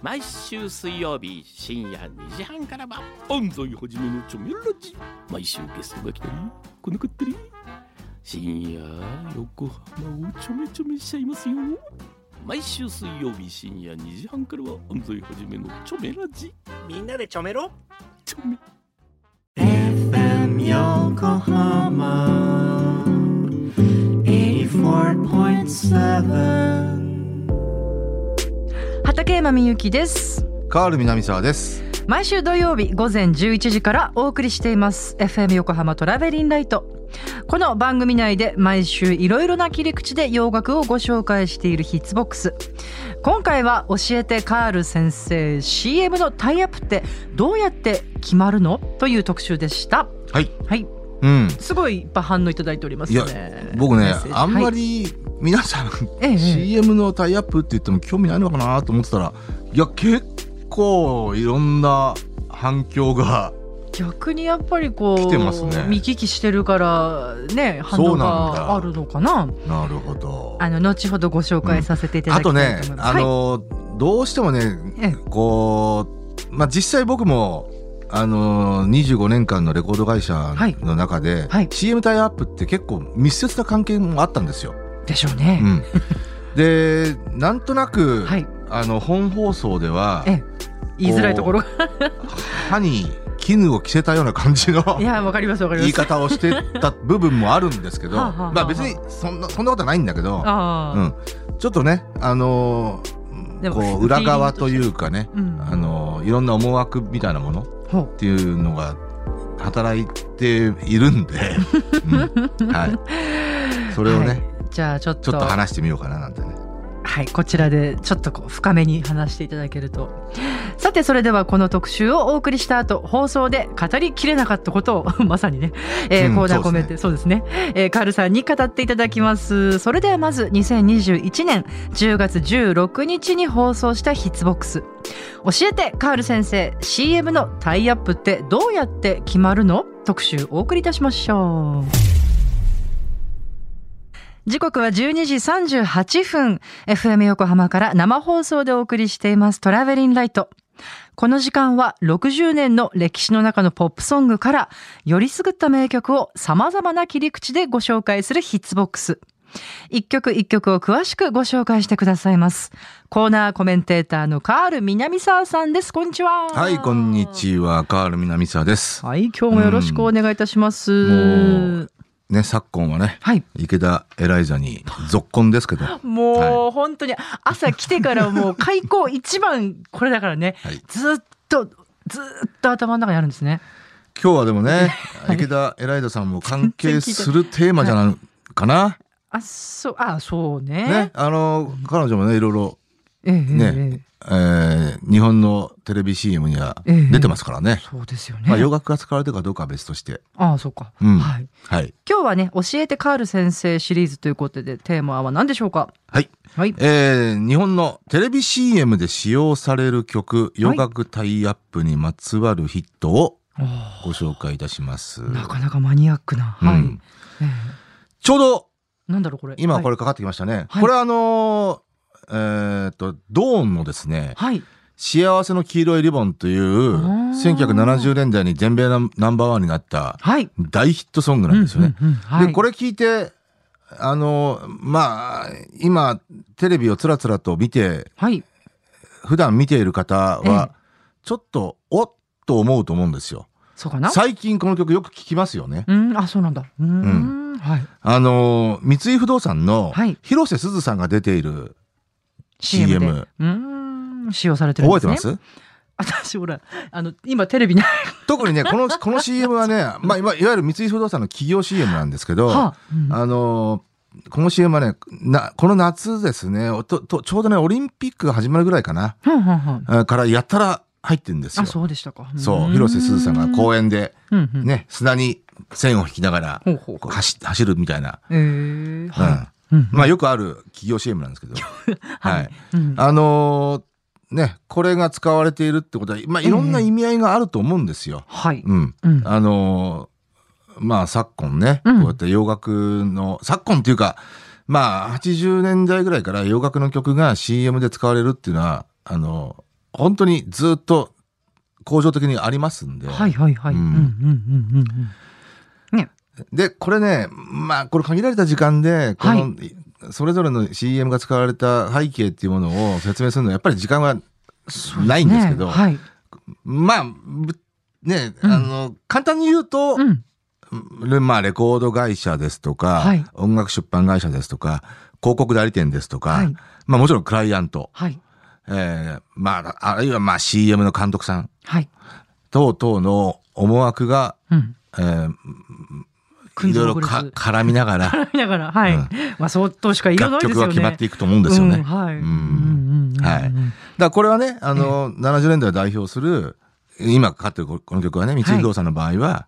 毎週水曜日深夜2時半からは安西はじめのチョメラジ。毎週ゲストが来たり来なかったり、深夜横浜をちょめちょめしちゃいますよ。毎週水曜日深夜2時半からは安西はじめのチョメラジ。 みんなでちょめろ。 チョメ FM 横浜 84.7。 畠山みゆきです。 カール南沢です。 毎週土曜日午前11時からお送りしています FM 横浜トラベリンライト。この番組内で毎週いろいろな切り口で洋楽をご紹介しているヒッツボックス。今回は教えてカール先生、 CM のタイアップってどうやって決まるのという特集でした。 はい、 はい、 うん、 すごいいっぱい反応いただいておりますね。 いや僕ねあんまり皆さん、CM のタイアップって言っても興味ないのかなと思ってたら、いや結構いろんな反響が逆にやっぱりこう来てますね。 見聞きしてるからね、反応があるのかな。 なるほど。 後ほどご紹介させていただきたいと思います。 あとね、どうしてもねこう、実際僕も25年間のレコード会社の中で、CM タイアップって結構密接な関係もあったんですよ。 でしょうね、 でなんとなく、本放送では言いづらいところが歯に絹を着せたような感じのいやわかりますわかります言い方をしてた部分もあるんですけど別にそんなことはないんだけど、ちょっとねこう裏側というかね、いろんな思惑みたいなものっていうのが働いているんで、それをね、 じゃあちょっと話してみようかななんてね。 はい、こちらでちょっとこう深めに話していただけると。さてそれではこの特集をお送りした後、放送で語りきれなかったことをまさにね、コーナーコメント、そうですね、カールさんに語っていただきます。それではまず2021年10月16日に放送したヒッツボックス。教えてカール先生、 CM のタイアップってどうやって決まるの？特集お送りいたしましょう。時刻は12時38分 FM 横浜から生放送でお送りしていますトラベリンライト。この時間は60年の歴史の中のポップソングからよりすぐった名曲を様々な切り口でご紹介するヒッツボックス。一曲一曲を詳しくご紹介してくださいます。コーナーコメンテーターのカール南沢さんです。こんにちは。 はい、こんにちは。カール南沢です。 はい、今日もよろしくお願いいたします。 ね、昨今はね、池田エライザに続婚ですけどもう本当に朝来てからもう開口一番これだからね、ずっと頭の中にあるんですね。 今日はでもね、池田エライザさんも関係するテーマじゃないかな。 そうね。 彼女もねいろいろね、日本のテレビ CM には出てますからね。 そうですよね。 洋楽が使われてるかどうかは別として。 そうか。 はい。 今日はね、教えてカール先生シリーズということでテーマは何でしょうか？ はい。日本のテレビ CM で使用される曲、洋楽タイアップにまつわるヒットをご紹介いたします。 なかなかマニアックな。 ちょうどなんだろうこれ。 今これかかってきましたね。これドーンのですね、幸せの黄色いリボンという1970年代に全米ナンバーワンになった大ヒットソングなんですよね。でこれ聞いて今テレビをつらつらと見て、普段見ている方はちょっとおっと思うと思うんですよ。 そうかな。 最近この曲よく聞きますよね。 そうなんだ。 三井不動産の広瀬すずさんが出ているCM 使用されてるんですね。 覚えてます？ 私ほら今テレビに特にねこの CM はね、いわゆる三井不動産の企業 CM なんですけど、この CM はねこの夏ですね、ちょうどねオリンピックが始まるぐらいかな、からやったら入ってるんですよ。 そうでしたか。 そう広瀬すずさんが公園でね砂に線を引きながら走るみたいな。よくある企業 CM なんですけど、ね、これが使われているってことは、いろんな意味合いがあると思うんですよ。昨今ね、こうやって洋楽の昨今っていうか、80年代ぐらいから洋楽の曲が CM で使われるっていうのは本当にずっと恒常的にありますんで。 はいはいはい。 で、これね、まあ、これ限られた時間で、この、それぞれの CM が使われた背景っていうものを説明するのは、やっぱり時間はないんですけど、 はい、 まあ、ね、簡単に言うと、まあ、レコード会社ですとか、はい、音楽出版会社ですとか、広告代理店ですとか、はい、まあもちろんクライアント、はい、まあ、あるいはまあ CM の監督さん、はい、等々の思惑が、いろいろ絡みながら、 はい。まあ、そうとしか言いようないですよね。 楽曲が決まっていくと思うんですよね。はい。はい。だからこれはね、70年代を代表する、今かかってるこの曲はね、三井不動産の場合は、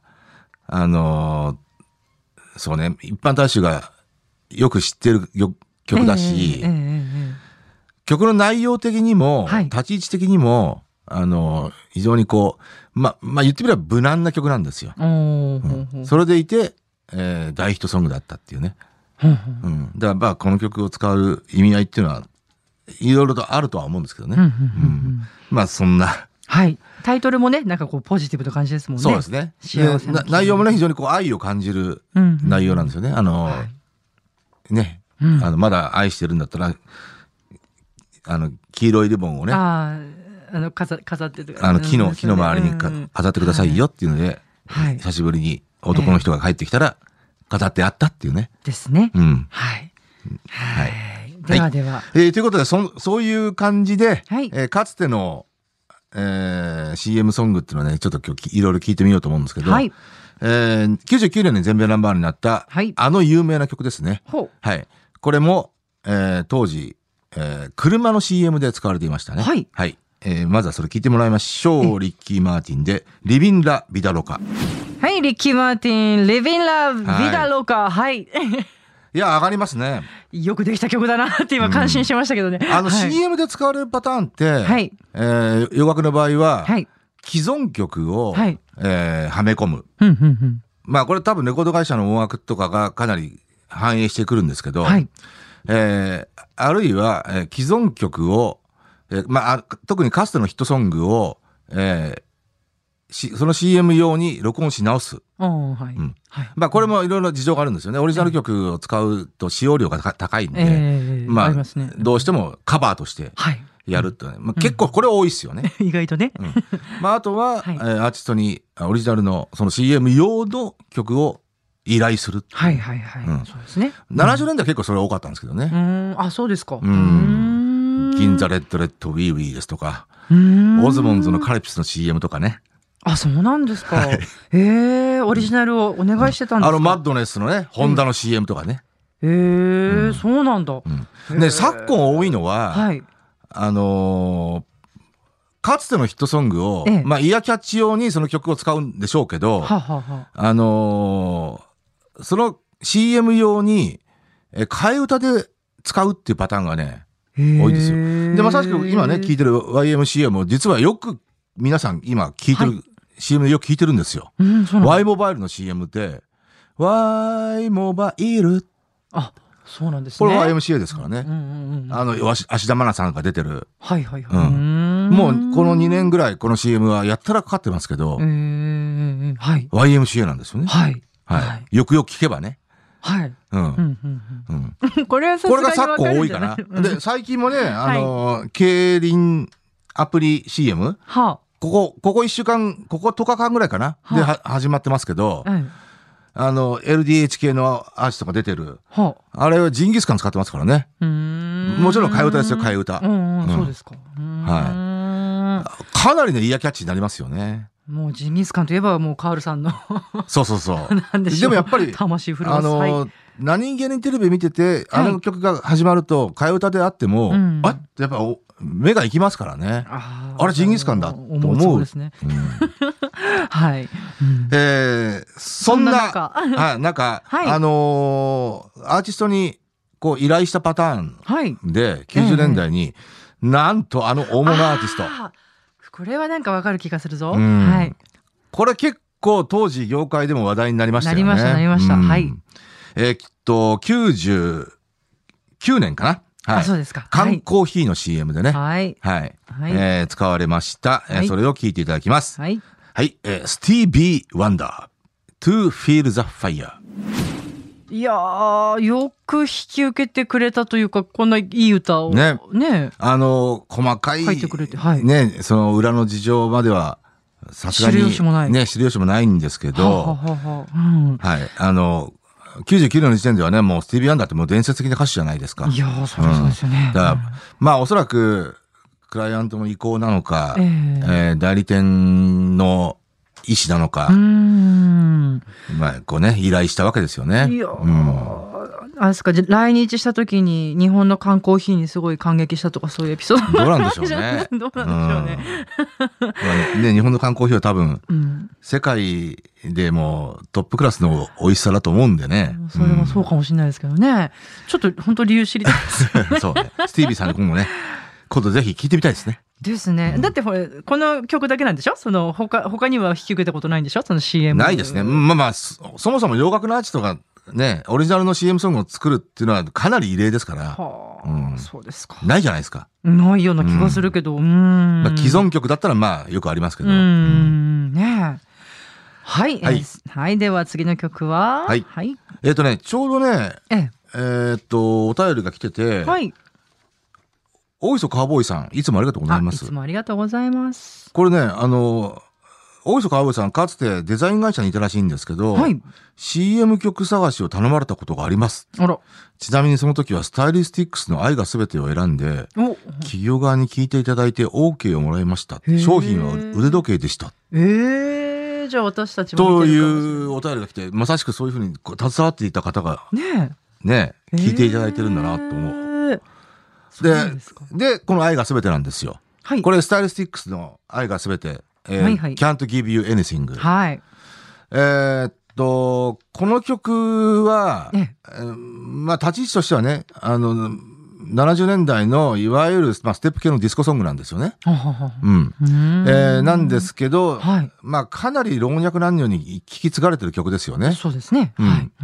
そうね、一般大衆がよく知ってる曲だし、曲の内容的にも、立ち位置的にも、非常にこう、まあ言ってみれば無難な曲なんですよ。それでいて、大ヒットソングだったっていうね。だからまあこの曲を使う意味合いっていうのはいろいろとあるとは思うんですけどね。まあそんな。はい。 タイトルもね、なんかこうポジティブな感じですもんね。 そうですね。内容もね、非常にこう愛を感じる内容なんですよね。ね、まだ愛してるんだったら、黄色いリボンをね、 飾ってる。 木の周りに飾ってくださいよっていうので、久しぶりに男の人が帰ってきたら、飾ってあったっていうね。 ですね。はい。はい。ではでは。 ということで、そういう感じで、かつての、CM ソングっていうのはね、ちょっと今日いろいろ聞いてみようと思うんですけど、99年に全米ナンバーになった、あの有名な曲ですね。はい。これも、当時、車の CM で使われていましたね。はい。はい。まずはそれ聞いてもらいましょう。リッキー・マーティンで、リビン・ラ・ビダ・ロカ。 はい、リッキー・マーティン、リビン・ラ・ビダ・ロカ。はい。 いや、上がりますね。 よくできた曲だなって今感心しましたけどね。 CM で使われるパターンって、洋楽の場合は、既存曲を、はめ込む。まあ、これ多分レコード会社の音楽とかがかなり反映してくるんですけど、あるいは、既存曲を、まあ、特にかつてのヒットソングを、その CM 用に録音し直す。まあこれもいろいろ事情があるんですよね。オリジナル曲を使うと使用量が高いんで、まあどうしてもカバーとしてやるとね、結構これ多いですよね。 意外とね。 まああとはアーティストにオリジナルのその CM 用の曲を依頼する。 はいはいはい。そうですね。 70年代結構それ多かったんですけどね。 あ、そうですか。 銀座レッドレッドウィーウィーですとか、オズモンズのカルピスの CM とかね。 あ、そうなんですか。オリジナルをお願いしてたんですか。 マッドネスのね、ホンダの CM とかね。 そうなんだ。 で、昨今多いのは、かつてのヒットソングを、まあ、イヤキャッチ用にその曲を使うんでしょうけど、その CM 用に、替え歌で使うっていうパターンがね、多いですよ。で、まさしく今ね、聴いてる YMCA も実はよく皆さん今聴いてる、CM でよく聞いてるんですよ。Y モバイルの CM で、Y モバイル。 あ、そうなんですね。 これは YMCA ですからね。芦田愛菜さんが出てる。もうこの2年ぐらいこの CM はやったらかかってますけど、YMCA なんですよね。よくよく聞けばね。 これが昨今多いかな。で、最近もね、競輪アプリ CM、ここ1週間、ここ10日間ぐらいかな、で始まってますけど、LDH 系のアーティストが出てる、あれはジンギスカン使ってますからね。もちろん替え歌ですよ、替え歌。 そうですか。 かなりね、イヤーキャッチになりますよね。 もうジンギスカンといえばもうカールさんのそうでもやっぱり魂震わす。 何気にテレビ見ててあの曲が始まると替え歌であっても、やっぱ目が行きますからね。あれジンギスカンだと思うですね。 はい。 そんな中、アーティストにこう依頼したパターンで90年代になんと大物アーティスト。 これはなんかわかる気がするぞ。 これ結構当時業界でも話題になりましたよね。なりました。 はい。 99年かな。 はい。 そうですか。 缶コーヒーの CM でね。 はい。 はい。 はい。 使われました。それを聞いていただきます。 はい。 はい。スティービー・ワンダー、To Feel the Fire。 いやー、よく引き受けてくれたというか、こんないい歌を。 ね。 ね。 細かい。 書いてくれて。はい。 ね、その裏の事情までは、さすがに。 知る由もない。 ね、知る由もないんですけど。はい。99年の時点ではね、もうスティービー・ワンダーってもう伝説的な歌手じゃないですか。 いやー、そうですよね。 だからまあおそらく、クライアントの意向なのか、代理店の意思なのか、まあこうね、依頼したわけですよね。 いやー、あれですか、来日した時に日本の缶コーヒーにすごい感激したとかそういうエピソードどうなんでしょうね。 どうなんでしょうね。 ね、日本の缶コーヒーは多分、世界でもトップクラスの美味しさだと思うんでね。 それもそうかもしれないですけどね。ちょっと本当理由知りたいです。 そうね。スティービーさんに今度ね、今度ぜひ聞いてみたいですね。 ですね。だってこの曲だけなんでしょ？その他には引き受けたことないんでしょ？その CM。 ないですね。まあ、そもそも洋楽のアーティストがね、オリジナルの CM ソングを作るっていうのはかなり異例ですから。 そうですか。 ないじゃないですか。 ないような気がするけど。 まあ、既存曲だったらまあよくありますけど。 ねえ。はい。はい。では次の曲は？ はい。ちょうどね、お便りが来てて、 はい。 大磯カーボーイさん、いつもありがとうございます。 いつもありがとうございます。 これね、大磯カーボーイさん、かつてデザイン会社にいたらしいんですけど、CM 曲探しを頼まれたことがあります。ちなみにその時はスタイリスティックスの愛がすべてを選んで、企業側に聞いていただいて OK をもらいました。商品は腕時計でした。 じゃあ私たちもというお便りが来て、まさしくそういうふうに携わっていた方が、ね、聞いていただいてるんだなと思う。で、この愛がすべてなんですよ。これスタイリスティックスの愛がすべて、Can't Give You Anything。この曲は、まあ立ち位置としてはね、70年代のいわゆる、まあ、ステップ系のディスコソングなんですよね。なんですけど、まあかなり老若男女に聞き継がれてる曲ですよね。 そうですね。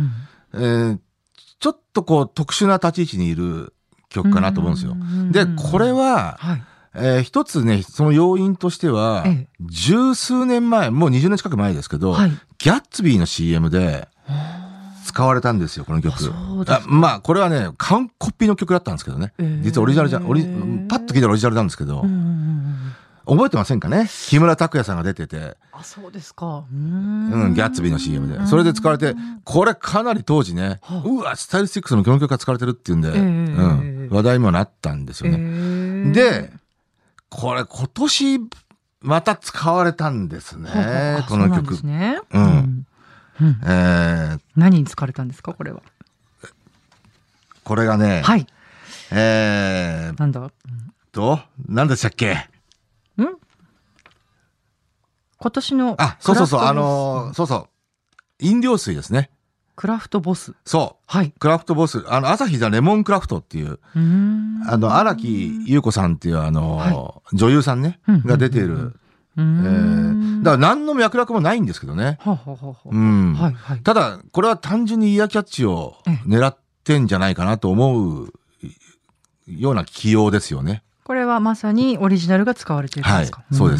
ちょっとこう特殊な立ち位置にいる曲かなと思うんですよ。で、これは、一つね、その要因としては、十数年前、もう20年近く前ですけど、ギャッツビーの CM で使われたんですよ、この曲。まあ、これはね、完コピの曲だったんですけどね。実はオリジナルじゃ、パッと聞いたらオリジナルなんですけど、覚えてませんかね？木村拓哉さんが出てて。 そうですか。 ギャッツビーの CM で。それで使われて、これかなり当時ね、うわ、スタイリスティックスのこの曲が使われてるっていうんで、話題にもなったんですよね。で、これ今年また使われたんですね、この曲。 何に使われたんですか、これは。 これがね、 なんだ何でしたっけ？ 今年の。 飲料水ですね。 クラフトボス。 クラフトボス。朝日ザレモンクラフトっていう、荒木優子さんっていう女優さんね、が出ている。だから何の脈絡もないんですけどね。ただ、これは単純にイヤーキャッチを狙ってんじゃないかなと思うような起用ですよね。 これはまさにオリジナルが使われているんですか？ そうです。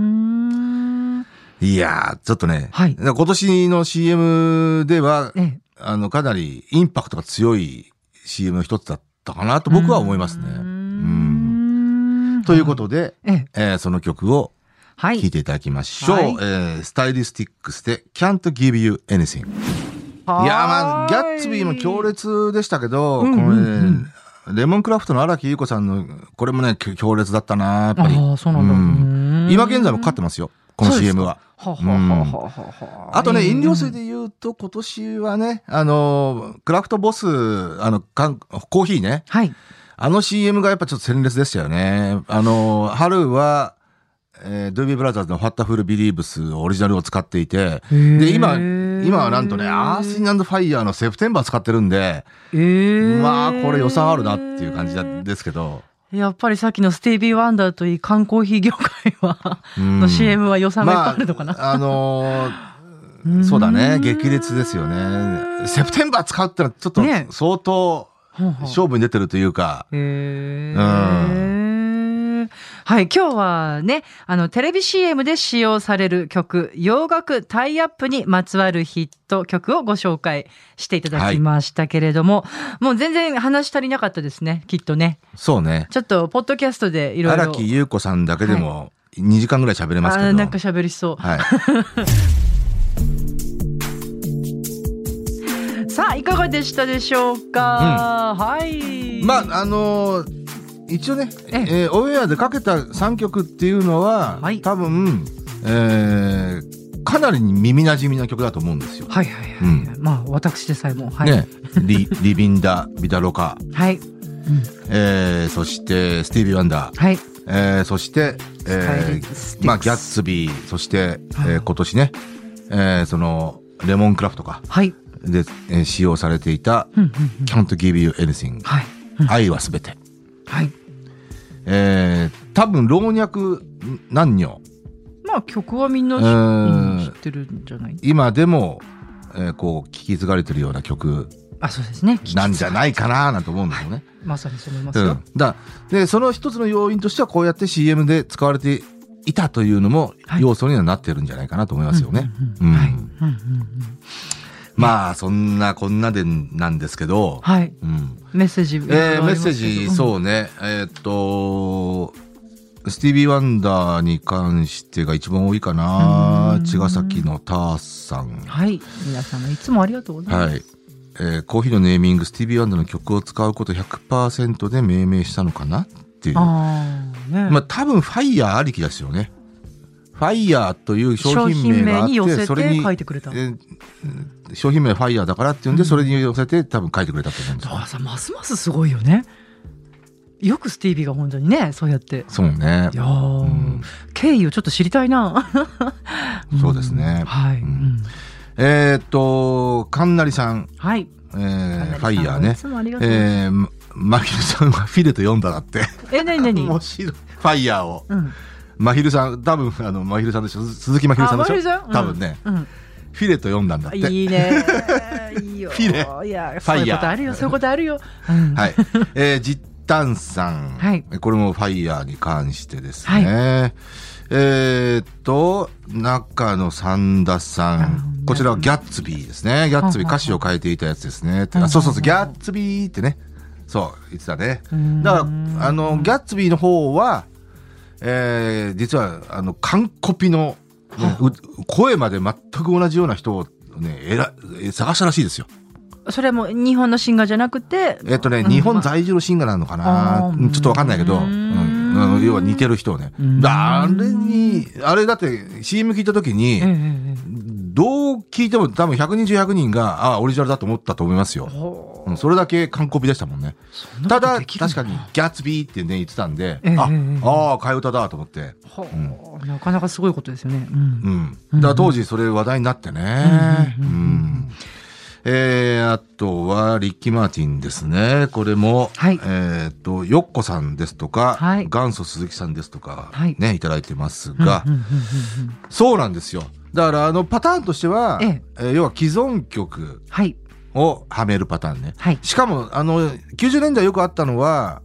いやー、ちょっとね、今年の CM では、かなりインパクトが強い CM の一つだったかなと僕は思いますね。ということで、その曲を聴いていただきましょう。スタイリスティックスで Can't Give You Anything。いやまあ、ギャッツビーも強烈でしたけど、このね、レモンクラフトの荒木優子さんの、これもね、強烈だったな、やっぱり。今現在もかかってますよ、この CM は。あとね、飲料水で言うと、今年はね、クラフトボス、コーヒーね。CM がやっぱちょっと鮮烈でしたよね。春は、ドゥービーブラザーズの Whatful Believes オリジナルを使っていて、で、今はなんとね、アースイン&ファイヤーのセプテンバー使ってるんで、まあ、これ予算あるなっていう感じですけど。 やっぱりさっきのスティービー・ワンダーといい、缶コーヒー業界の CM は予算がいっぱいあるのかな、 そうだね、激烈ですよね。セプテンバー使うってのはちょっと相当勝負に出てるというか。 はい、今日はね、テレビ CM で使用される曲、洋楽タイアップにまつわるヒット曲をご紹介していただきましたけれども、もう全然話足りなかったですね、きっとね。 そうね。 ちょっと、ポッドキャストでいろいろ。 荒木優子さんだけでも2時間ぐらい喋れますけど。 なんか喋りそう。 はい。 さあ、いかがでしたでしょうか。はい。 まあ、一応ね、オンエアでかけた3曲っていうのは、多分、かなり耳馴染みな曲だと思うんですよ。 はいはいはい。まあ、私でさえも。 ね、リビンダ・ビダロカ。 はい。 そして、スティービー・ワンダー。 はい。 そして、まあ、ギャッツビー、そして、今年ね、その、レモンクラフトか。 はい。 で、使用されていた、Can't Give You Anything。 はい。 愛はすべて。 はい。 多分老若男女。 まあ曲はみんな知ってるんじゃない？ 今でも、こう聞き継がれてるような曲。 そうですね。 なんじゃないかななんて思うんですよね。 まさにそう思いますよ。 で、その一つの要因としてはこうやって CM で使われていたというのも要素にはなってるんじゃないかなと思いますよね。まあ、そんなこんなでなんですけど。 はい。メッセージ。 メッセージ、そうね。スティービー・ワンダーに関してが一番多いかな。茅ヶ崎のターさん。 はい。皆様いつもありがとうございます。 はい。コーヒーのネーミング、スティービー・ワンダーの曲を使うこと 100% で命名したのかなっていう。まあ、多分ファイヤーありきですよね。ファイヤーという商品名があって、それに書いてくれた。 商品名ファイヤーだからっていうんで、それに寄せて多分書いてくれたと思うんですよ。 さ、ますますすごいよね。よくスティービーが本当にね、そうやって。 そうね。 いや経緯をちょっと知りたいな。 そうですね。 はい。 神成さん。 はい。 ファイヤーね。 いつもありがとうございます。 マヒルさんはフィレと読んだだって。 何面白い。ファイヤーを。マヒルさん、多分マヒルさんでしょ、鈴木マヒルさんでしょ、多分ね。フィレと読んだんだって。 いいね。いいよ。 フィレ。 いや、そういうことあるよ、そういうことあるよ。 はい。実弾さん。 はい。 これもファイヤーに関してですね。中野三田さん。こちらはギャッツビーですね。ギャッツビー、歌詞を変えていたやつですね。そうそうそう、ギャッツビーってね。そう、言ってたね。だから、ギャッツビーの方は、実は、完コピの、声まで全く同じような人をね、探したらしいですよ。 それも日本のシンガーじゃなくて日本在住のシンガーなのかな、ちょっとわかんないけど、要は似てる人をね。あれだって CM 聞いた時に、どう聞いても多分100人中100人が、オリジナルだと思ったと思いますよ。それだけ完コピでしたもんね。ただ、確かにギャッツビーってね、言ってたんで、替え歌だと思って。 なかなかすごいことですよね。 だから当時それ話題になってね。あとは、リッキー・マーティンですね。これも、ヨッコさんですとか、元祖鈴木さんですとか、ね、いただいてますが、そうなんですよ。だから、パターンとしては、要は既存曲をはめるパターンね。しかも、90年代よくあったのは、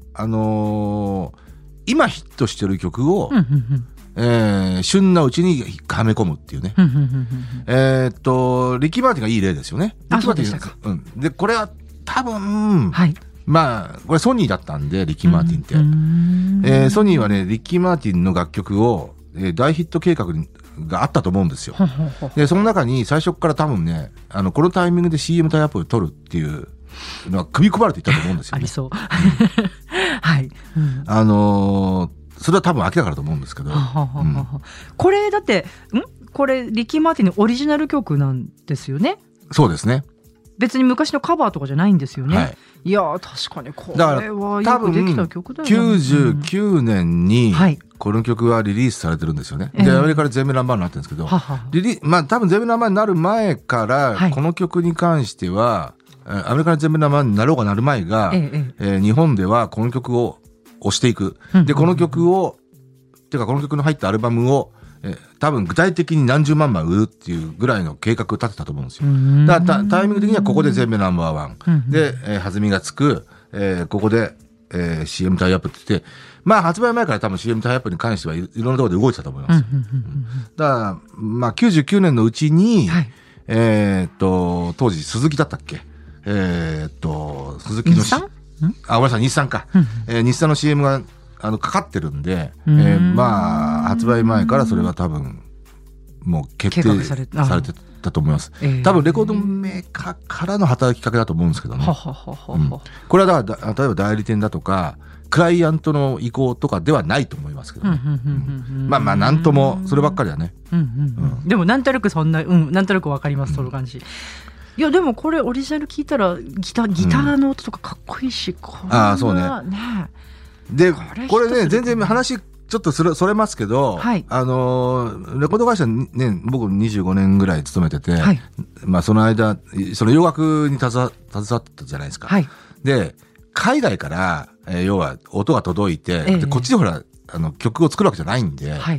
今ヒットしてる曲を、旬なうちにはめ込むっていうね。リッキー・マーティンがいい例ですよね。 そうでしたか。 で、これは多分、まあ、これソニーだったんで、リッキー・マーティンって。ソニーはね、リッキー・マーティンの楽曲を、大ヒット計画があったと思うんですよ。で、その中に最初から多分ね、このタイミングで CM タイアップを取るっていうのは組み込まれていったと思うんですよね。 ありそう。はい。 それは多分明らかだと思うんですけど。 これだって、これリッキー・マーティンのオリジナル曲なんですよね。 そうですね。 別に昔のカバーとかじゃないんですよね。いや確かにこれはよくできた曲だよね。 99年にこの曲はリリースされてるんですよね。で、アメリカで全米ナンバーになってるんですけど、まあ多分全米ナンバーになる前から、この曲に関しては、アメリカの全米ナンバーになろうがなる前が、日本ではこの曲を押していく。で、この曲を、てかこの曲の入ったアルバムを、多分具体的に何十万枚売るっていうぐらいの計画を立てたと思うんですよ。だからタイミング的にはここで全米ナンバーワン。で、弾みがつく、 ここで、CM タイアップって言って、まあ発売前から多分 CM タイアップに関してはいろんなところで動いてたと思います。だから、まあ99年のうちに、はい、当時鈴木だったっけ鈴木の日産ごめんなさい、日産か。日産の CM がかかってるんで、まあ発売前からそれは多分もう決定されてたと思います。多分レコードメーカーからの働きかけだと思うんですけどね。これはだから例えば代理店だとかクライアントの意向とかではないと思いますけどね。まあまあなんともそればっかりはね。 でもなんとなくそんななんとなくわかります、その感じ。いやでもこれオリジナル聞いたらギターの音とかかっこいいし、これはそうね。でこれね全然話ちょっとそれますけど、はい、レコード会社ね僕25年ぐらい勤めてて、はい、まあその間その洋楽に携わったじゃないですか。はい、で海外から、要は音が届いて、でこっちでほら曲を作るわけじゃないんで、はい、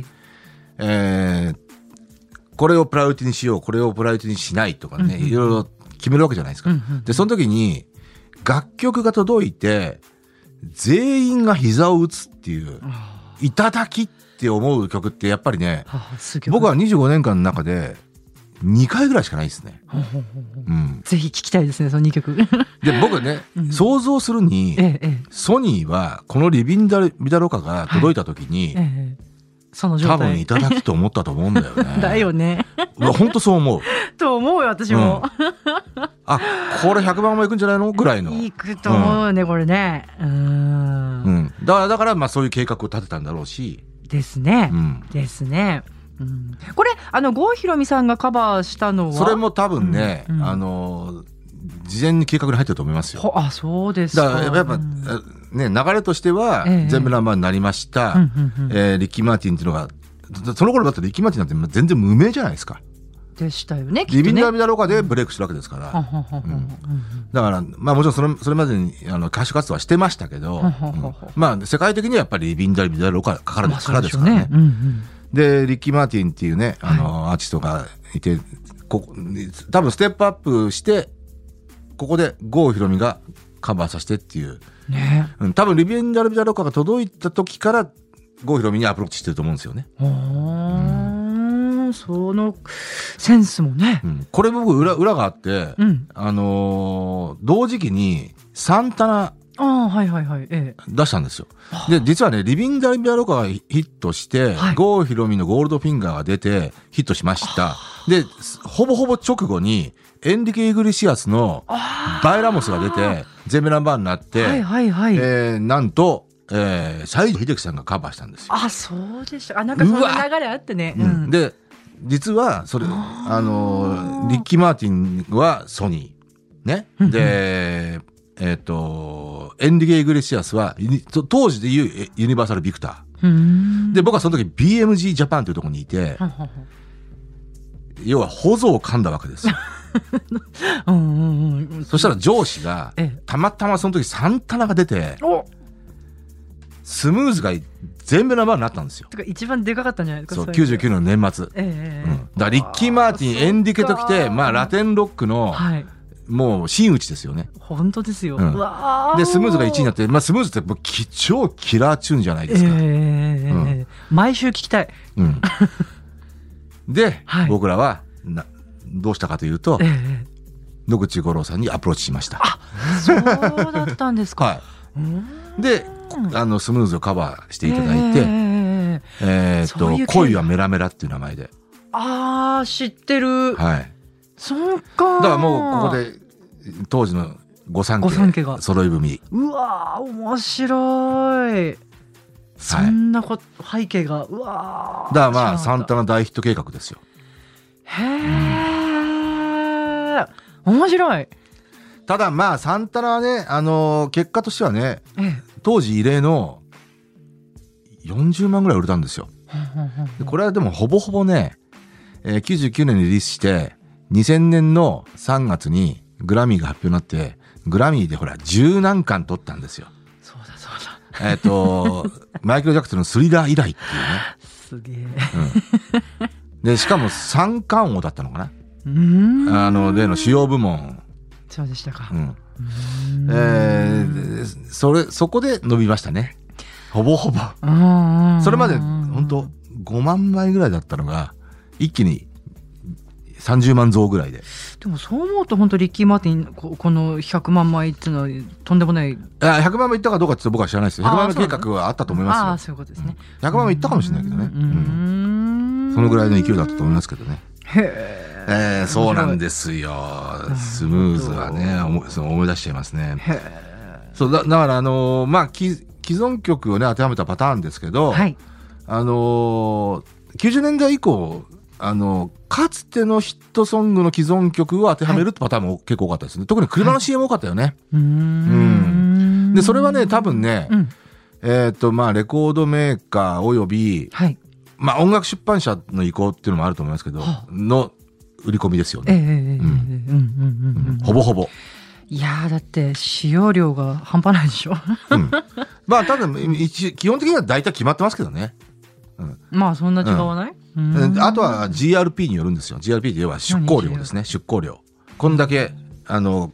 これをプライオリティにしようこれをプライオリティにしないとかね、いろいろ決めるわけじゃないですか。でその時に楽曲が届いて全員が膝を打つっていういただきって思う曲ってやっぱりね、僕は25年間の中で2回ぐらいしかないですね。 ぜひ聴きたいですねその2曲。 で僕ね、想像するに、ソニーはこのリビンダビダロカが届いた時に、 その状態多分いただきと思ったと思うんだよね。 だよね。 本当そう思う。 と思うよ私も。 あこれ100万もいくんじゃないのぐらいの。 いくと思うね、これね。 だからまあそういう計画を立てたんだろうし。 ですね。ですね。これ郷ひろみさんがカバーしたのはそれも多分ね、事前に計画に入ってると思いますよ。 あそうですか。 だからやっぱ、ね、流れとしては全部ナンバーになりました、リッキー・マーティンっていうのがその頃だってリッキー・マーティンなんて全然無名じゃないですか。 でしたよね。 リビンダービダロカでブレイクするわけですから。だからまあもちろんそれまでに歌手活動はしてましたけど、まあ世界的にはやっぱりリビンダービダロカからですからね。でリッキー・マーティンっていうねアーティストがいて、多分ステップアップしてここで郷ひろみがカバーさせてっていう、多分リビンダービダロカが届いた時から郷ひろみにアプローチしてると思うんですよね。 そのセンスもね、 これ僕裏があって、同時期にサンタナ出したんですよ。で実はねリビンダービダロカがヒットして、郷ひろみのゴールドフィンガーが出てヒットしました。でほぼほぼ直後にエンリケ・イグレシアスのバイラモスが出て全米ナンバーになって、なんと西城秀樹さんがカバーしたんですよ。 あそうでした。なんかその流れあってね。 で実はそれリッキー・マーティンはソニーね。でエンリケ・イグレシアスは当時でいうユニバーサル・ビクターで僕はその時 BMG ジャパンというところにいて要はホゾを噛んだわけですよ。そしたら上司がたまたまその時サンタナが出てスムーズが全部ナンバーになったんですよ。 てか一番でかかったんじゃないですか。 そう99年の年末、だからリッキー・マーティンエンリケときて、まあ、ラテンロックの、もう真打ちですよね。 本当ですよ。 でスムーズが1位になって、まあ、スムーズってもう超キラーチューンじゃないですか。 毎週聞きたい。 で、僕らはどうしたかというと、野口五郎さんにアプローチしました。 あそうだったんですか。 でスムーズをカバーしていただいて、恋はメラメラっていう名前で。 知ってる。そうか。 だからもうここで当時の御三家が揃い踏み。 うわ面白い。そんな背景がうわ。 だからまあサンタナ大ヒット計画ですよ。 へえ面白い。 ただまあサンタナはね結果としてはね、当時異例の40万ぐらい売れたんですよ。これはでもほぼほぼね、99年にリリースして2000年の3月にグラミーが発表になってグラミーでほら10何冠取ったんですよ。 そうだマイケル・ジャクソンのスリラー以来っていうね。 すげえ。 でしかも3冠王だったのかな。例の主要部門そうでしたか。 そこで伸びましたね。ほぼほぼ。それまで本当5万枚ぐらいだったのが一気に30万増ぐらいで。 でもそう思うと本当リッキー・マーティンこの100万枚っていうのはとんでもない。 100万枚いったかどうかって僕は知らないですよ。100万枚計画はあったと思いますよ。 そういうことですね。 100万枚いったかもしれないけどね。そのぐらいの勢いだったと思いますけどね。そうなんですよ。スムーズはね思い出しちゃいますね。そうだから既存曲をね当てはめたパターンですけど、90年代以降かつてのヒットソングの既存曲を当てはめるってパターンも結構多かったですね。特に車の CM 多かったよね。でそれはね多分ね、レコードメーカーおよび、音楽出版社の意向っていうのもあると思いますけど、の売り込みですよね。ほぼほぼ。 いやだって使用量が半端ないでしょ。 ただ基本的には大体決まってますけどね。 そんな違わない？ あとは GRP によるんですよ。GRP って要は出稿量ですね。出稿量。こんだけこ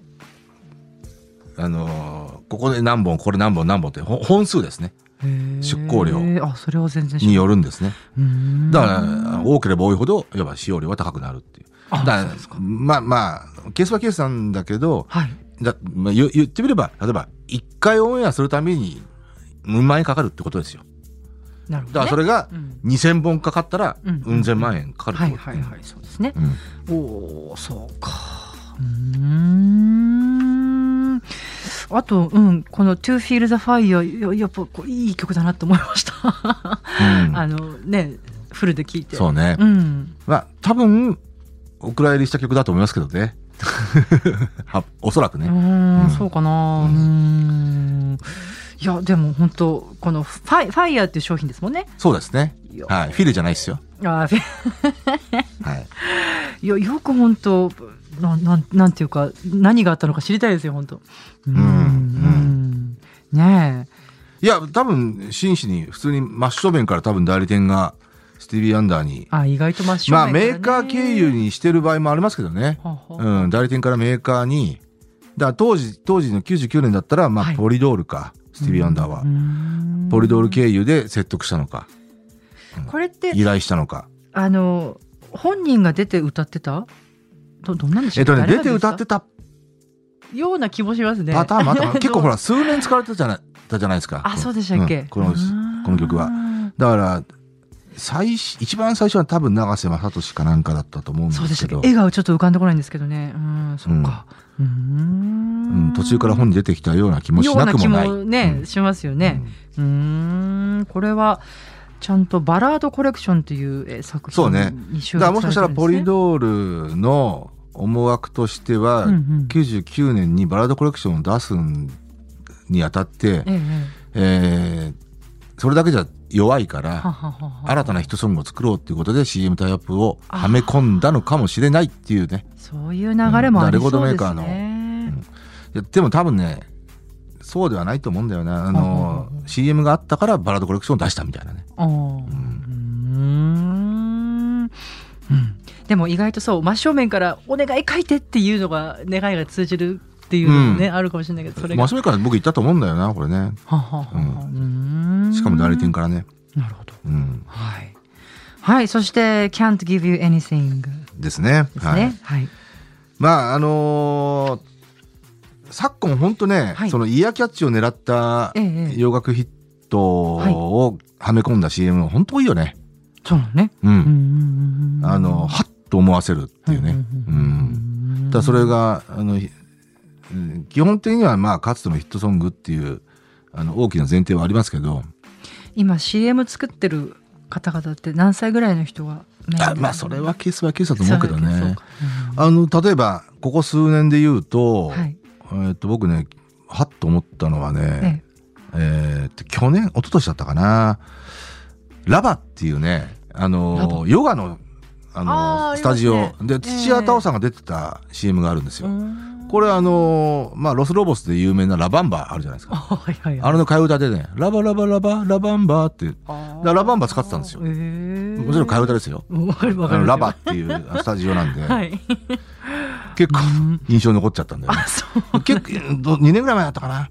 こで何本これ何本って本数ですね。出稿量それは全然によるんですね。だから多ければ多いほどいわば使用量は高くなるっていう。だからケースはケースなんだけど、言ってみれば例えば1回オンエアするために何万円かかるってことですよ。だからそれが2000本かかったらうん千万円かかるってことですね。 そうですね。そうか。あとこの To Feel the Fire やっぱいい曲だなと思いました。フルで聴いて。そうね。 多分お蔵入りした曲だと思いますけどね。おそらくね。 そうかな。いやでも本当このファイヤーっていう商品ですもんね。 そうですね。フィルじゃないですよ。 いやよく本当なんていうか何があったのか知りたいですよ本当。ねえ。いや多分真摯に普通に真正面から多分代理店がスティービー・ワンダーに意外と真正面からね。 メーカー経由にしてる場合もありますけどね。代理店からメーカーにだから当時の99年だったらポリドールか。スティービー・ワンダーはポリドール経由で説得したのか、 これって依頼したのか、 本人が出て歌ってたどんなんでしょう。 出て歌ってたような気もしますね。 パターンもあった結構ほら数年使われてたじゃないですか。 そうでしたっけ、 この曲は。だから一番最初は多分永瀬正敏かなんかだったと思うんですけど。そうでしたっけ。笑顔ちょっと浮かんでこないんですけどね。そうか。途中から本に出てきたような気もしなくもない。ような気もね、しますよね。これはちゃんとバラードコレクションという作品に収録されてるんですね。だからもしかしたらポリドールの思惑としては、99年にバラードコレクションを出すにあたって、それだけじゃ弱いから新たなヒットソングを作ろうということで CM タイアップをはめ込んだのかもしれないっていうね。そういう流れもありそうですね。レコードメーカーの、でも多分ねそうではないと思うんだよね。CM があったからバラードコレクションを出したみたいなね。 でも意外とそう真正面からお願い書いてっていうのが願いが通じるっていうのもね、あるかもしれないけど、それが真正面から僕言ったと思うんだよなこれね。しかも代理店からね。なるほど。はい、そして Can't Give You Anything ですね。昨今本当ね、そのイヤーキャッチを狙った洋楽ヒットをはめ込んだ CM 本当多いよね。 そうね。 はっと思わせるっていうね。だそれが基本的にはかつてのヒットソングっていう大きな前提はありますけど、 今 CM 作ってる方々って何歳ぐらいの人がそれはケースはケースだと思うけどね。例えばここ数年で言うと、僕ねはっと思ったのはね、去年一昨年だったかな、ラバっていうねヨガのスタジオで土屋太鳳さんが出てた CM があるんですよ。これロスロボスで有名なラバンバあるじゃないですか。あれの替え歌でねラバラバラバラバンバってラバンバ使ってたんですよ。もちろん替え歌ですよ。ラバっていうスタジオなんで、結結構印象に残っちゃったんだよね。結構2年ぐらい前だったかな。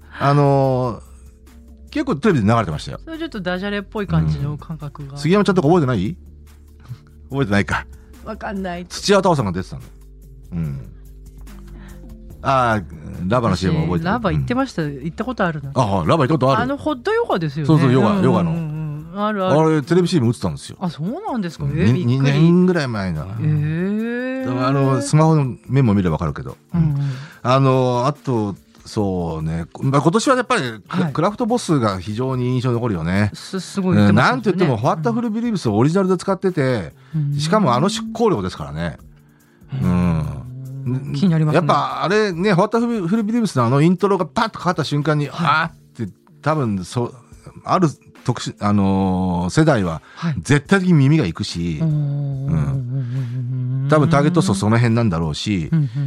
結構テレビで流れてましたよ。 それちょっとダジャレっぽい感じの感覚が。 杉山ちゃんとか覚えてない？覚えてないか。 わかんない。 土屋太鳳さんが出てたの。ラバの CM 覚えてる。 ラバ行ってました。行ったことあるな。 ラバ行ったことある。 ホットヨガですよね。 そうそう、ヨガの。 ある。 あれテレビ CM 打ってたんですよ。 そうなんですか。 2年ぐらい前だな。スマホのメモ見ればわかるけど。あとそうね、今年はやっぱりクラフトボスが非常に印象に残るよね。 すごい言ってますね。 なんといってもファッタフルビリーブスをオリジナルで使ってて、しかも出稿料ですからね。 気になりますね。 やっぱあれね、ファッタフルビリーブスのイントロがパッとかかった瞬間に、って多分ある世代は絶対的に耳がいくし、多分ターゲット層その辺なんだろうし、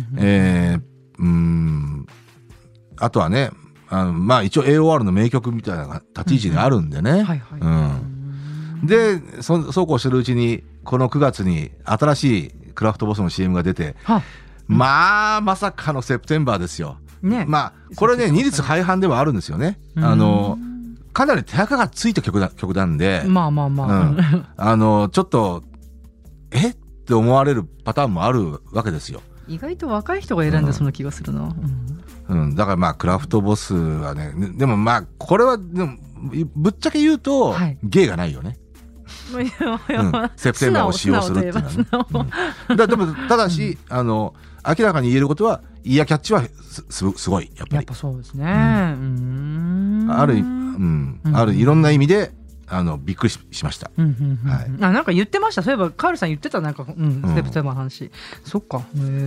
あとはね、一応 AOR の名曲みたいな立ち位置にあるんでね。で、そうこうしてるうちに、この9月に新しいクラフトボスの CM が出て、まさかのセプテンバーですよ。これね、二律背反ではあるんですよね。かなり手垢がついた曲なんで、ちょっと、って思われるパターンもあるわけですよ。 意外と若い人が選んでその気がするな。 だからクラフトボスはね、でもこれはでもぶっちゃけ言うと、芸がないよね。セプテンバーを使用するっていうのはね。でもただし、明らかに言えることは、イヤーキャッチはすごいやっぱり。 やっぱそうですね。 あるいろんな意味でびっくりしました。 なんか言ってました。そういえばカールさん言ってた、なんかセプテンバーの話。そっか。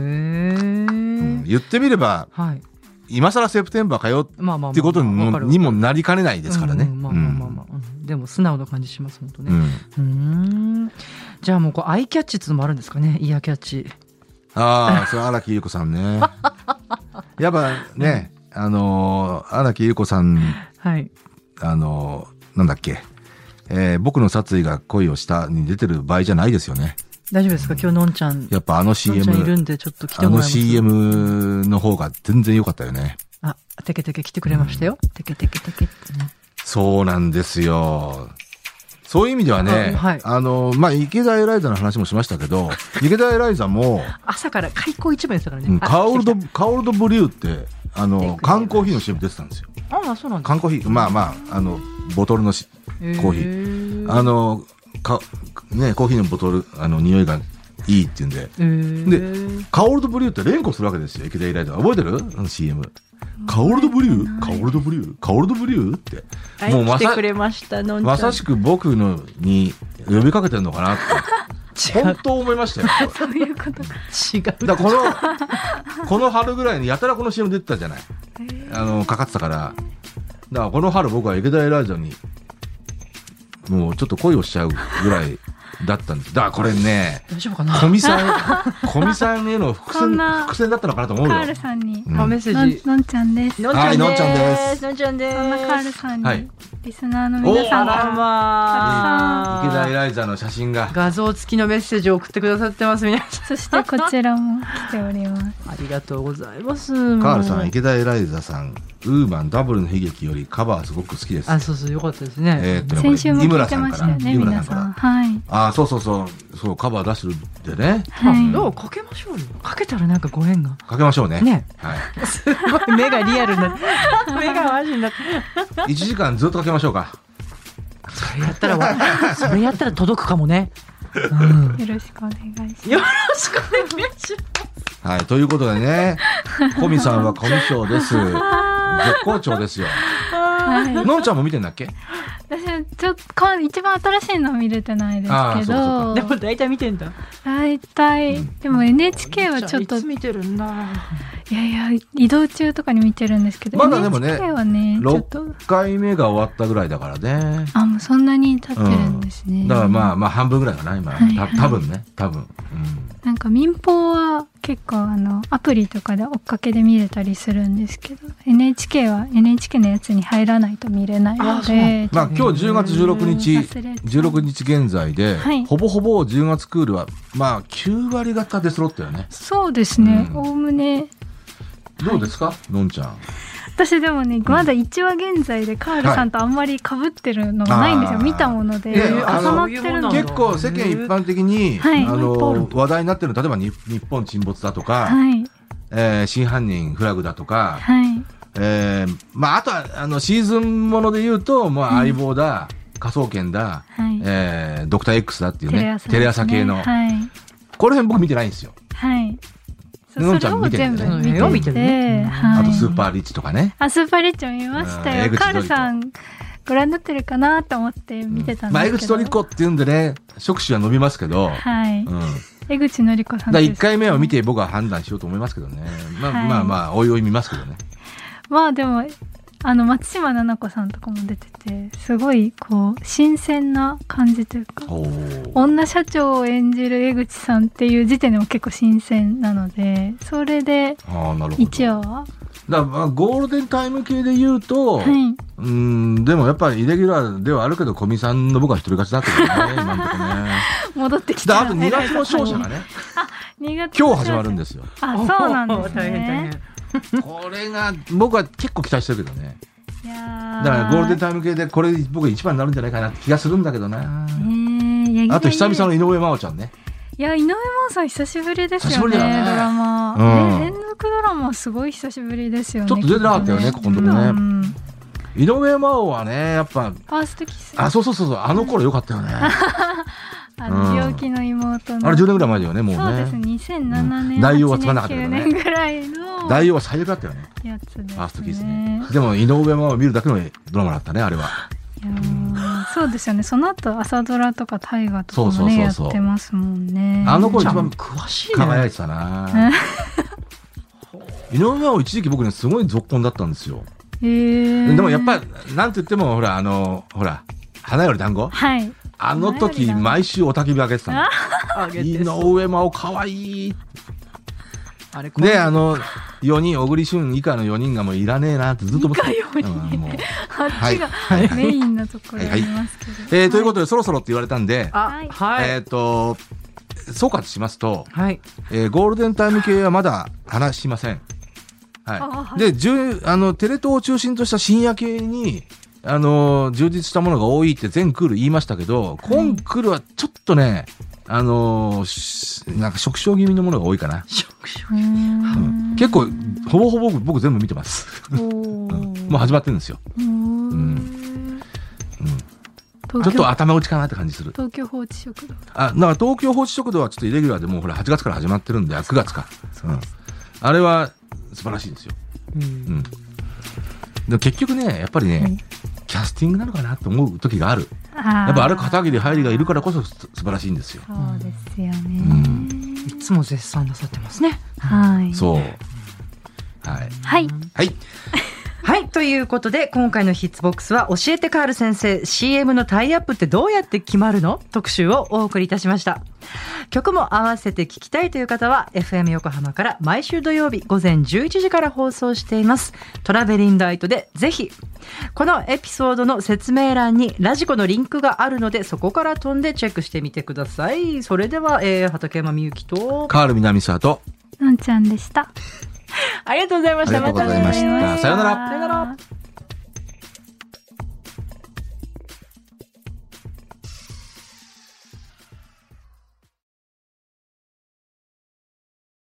言ってみれば、今更セプテンバーかよっていうことにもなりかねないですからね。 でも素直な感じします本当ね。じゃあもうアイキャッチっていうのもあるんですかね。イヤーキャッチ。 それ荒木優子さんね。やっぱね、荒木優子さん、なんだっけ、僕の殺意が恋をしたに出てる場合じゃないですよね。 大丈夫ですか？今日のんちゃん。 やっぱCM、 いるんでちょっと来てもらいます。 CM の方が全然良かったよね。 テケテケ来てくれましたよ。テケテケテケってね。 そうなんですよ。そういう意味ではね、池田エライザの話もしましたけど、池田エライザも朝から開口一番でしたからね。 カオルドブリューって缶コーヒーの CM 出てたんですよ。 そうなんですか。 缶コーヒー、ボトルのコーヒー、コーヒーのボトル匂いがいいって言うんで、カオルドブリューって連呼するわけですよ。池田エライザ覚えてる？CM。カオルドブリューカオルドブリューカオルドブリューって、 もうまさしく僕のに呼びかけてるのかなって本当思いましたよ。 そういうこと違う。 だからこの春ぐらいにやたらこの CM 出てたじゃない。かかってたから。だからこの春僕は池田エライザにもうちょっと恋をしちゃうぐらいだったんです。だからこれね、小見さんへの伏線だったのかなと思うよ。 カールさんにメッセージ。 のんちゃんです。 のんちゃんです。 のんちゃんです。 のんちゃんです。 そんなカールさんに、リスナーの皆さんが池田エライザの写真が画像付きのメッセージを送ってくださってます皆さん。 そしてこちらも来ております。 ありがとうございます。 カールさん、池田エライザさん、ウーマンダブルの悲劇よりカバーすごく好きです。 そうよかったですね。 先週も聞いてましたよね、皆さん。 そうカバー出してるんでね。 どうかけましょうよ。かけたらなんかご縁が。 かけましょうね。 ね。すごい目がリアルな。目がマジになって。 1時間ずっとかけましょうか。 それやったら届くかもね。 よろしくお願いします。 よろしくお願いします。ということでね、コミさんはコミショです。絶好調ですよ。のんちゃんも見てんだっけ？ 私一番新しいのは見れてないですけど、 でも大体見てんだ。 大体でも NHK はちょっと見てるんだ。 いや移動中とかに見てるんですけど、 まだでもね、 NHK はね 6回目が終わったぐらいだからね。 もうそんなに経ってるんですね。 だからまあ半分ぐらいかな今。多分ね。なんか民放は結構アプリとかで追っかけで見れたりするんですけど、 NHK は NHK のやつに入らないと見れないので、 まあ、今日10月16日現在で、はい、ほぼほぼ10月クールはまあ9割方で揃ったよね。 そうですね、おおむね。 どうですか、のんちゃん。 私でもね、まだ1話現在でカールさんとあんまり被ってるのがないんですよ、見たもので重なってるの。 結構世間一般的に、話題になってるの、例えば日本沈没だとか、真犯人フラグだとか、まあ、あとはシーズンもので言うと、まあ、相棒だ、科捜研だ、ドクター X だっていうね、テレ朝系の、この辺僕見てないんですよ。のんちゃん見てるんだよね。 見てる。 あとスーパーリッチとかね。 スーパーリッチも見ましたよ。カールさんご覧になってるかなと思って見てたんですけど。 江口のり子っていうんでね、触手は伸びますけど。 江口のり子さん。 1回目を見て僕は判断しようと思いますけどね。まあおいおい見ますけどね。 まあでも松島菜々子さんとかも出てて、すごいこう新鮮な感じというか、女社長を演じる江口さんっていう時点でも結構新鮮なので、それで1話はだからゴールデンタイム系で言うと、でもやっぱりイレギュラーではあるけど、小見さんの僕は一人勝ちだったけどね、今のとこね。 戻ってきた。 あと2月の勝者がね、今日始まるんですよ。 そうなんですね。 これが僕は結構期待してるけどね。だからゴールデンタイム系でこれ僕一番になるんじゃないかなって気がするんだけどな。あと久々の井上真央ちゃんね。 いや、井上真央さん久しぶりですよね、ドラマ。連続ドラマすごい久しぶりですよね。 ちょっと出てなかったよね、ここのとこね。井上真央はね、やっぱファーストキス。 そうあの頃良かったよね。 病気の妹の。 あれ10年ぐらい前だよね、もうね。 そうです、2007年。 内容はつかなかったけどね。 9年ぐらいの。 内容は最悪だったよね。 やつですね。 ファーストキスね。でも井上真央を見るだけのドラマだったね、あれは。 そうですよね。その後朝ドラとか大河とかもねやってますもんね。 あの子一番詳しい輝いてたな。井上真央一時期僕ねすごい続婚だったんですよ。でもやっぱなんて言ってもほら花より団子。はい。あの時毎週おたき火あげてたの。井上真央可愛い。で4人小栗旬以下の4人がもういらねえなってずっと思ってた。 あっちがメインのところありますけど。 ということでそろそろって言われたで、総括しますと、ゴールデンタイム系はまだ話しません。でテレ東を中心とした深夜系に充実したものが多いって全クール言いましたけど、今クールはちょっとねなんか縮小気味のものが多いかな。結構ほぼほぼ僕全部見てます。もう始まってるんですよ。ちょっと頭打ちかなって感じする。 東京放置食堂。 だから東京放置食堂はちょっとイレギュラーでもうほら8月から始まってるんで、9月か。あれは素晴らしいですよ。で結局ね、やっぱりね、キャスティングなのかなと思う時がある。やっぱあれ片桐はいりがいるからこそ素晴らしいんですよ。 そうですよね。 いつも絶賛なさってますね。 そう。はい。 はい、ということで今回のヒッツボックスは教えてカール先生 CM のタイアップってどうやって決まるの特集をお送りいたしました。曲も合わせて聴きたいという方は FM 横浜から毎週土曜日午前11時から放送していますトラベリンライトでぜひ。このエピソードの説明欄にラジコのリンクがあるのでそこから飛んでチェックしてみてください。それでは、畠山みゆきとカール南沢とのんちゃんでした。 ありがとうございました。 ありがとうございました。さようなら。 さようなら。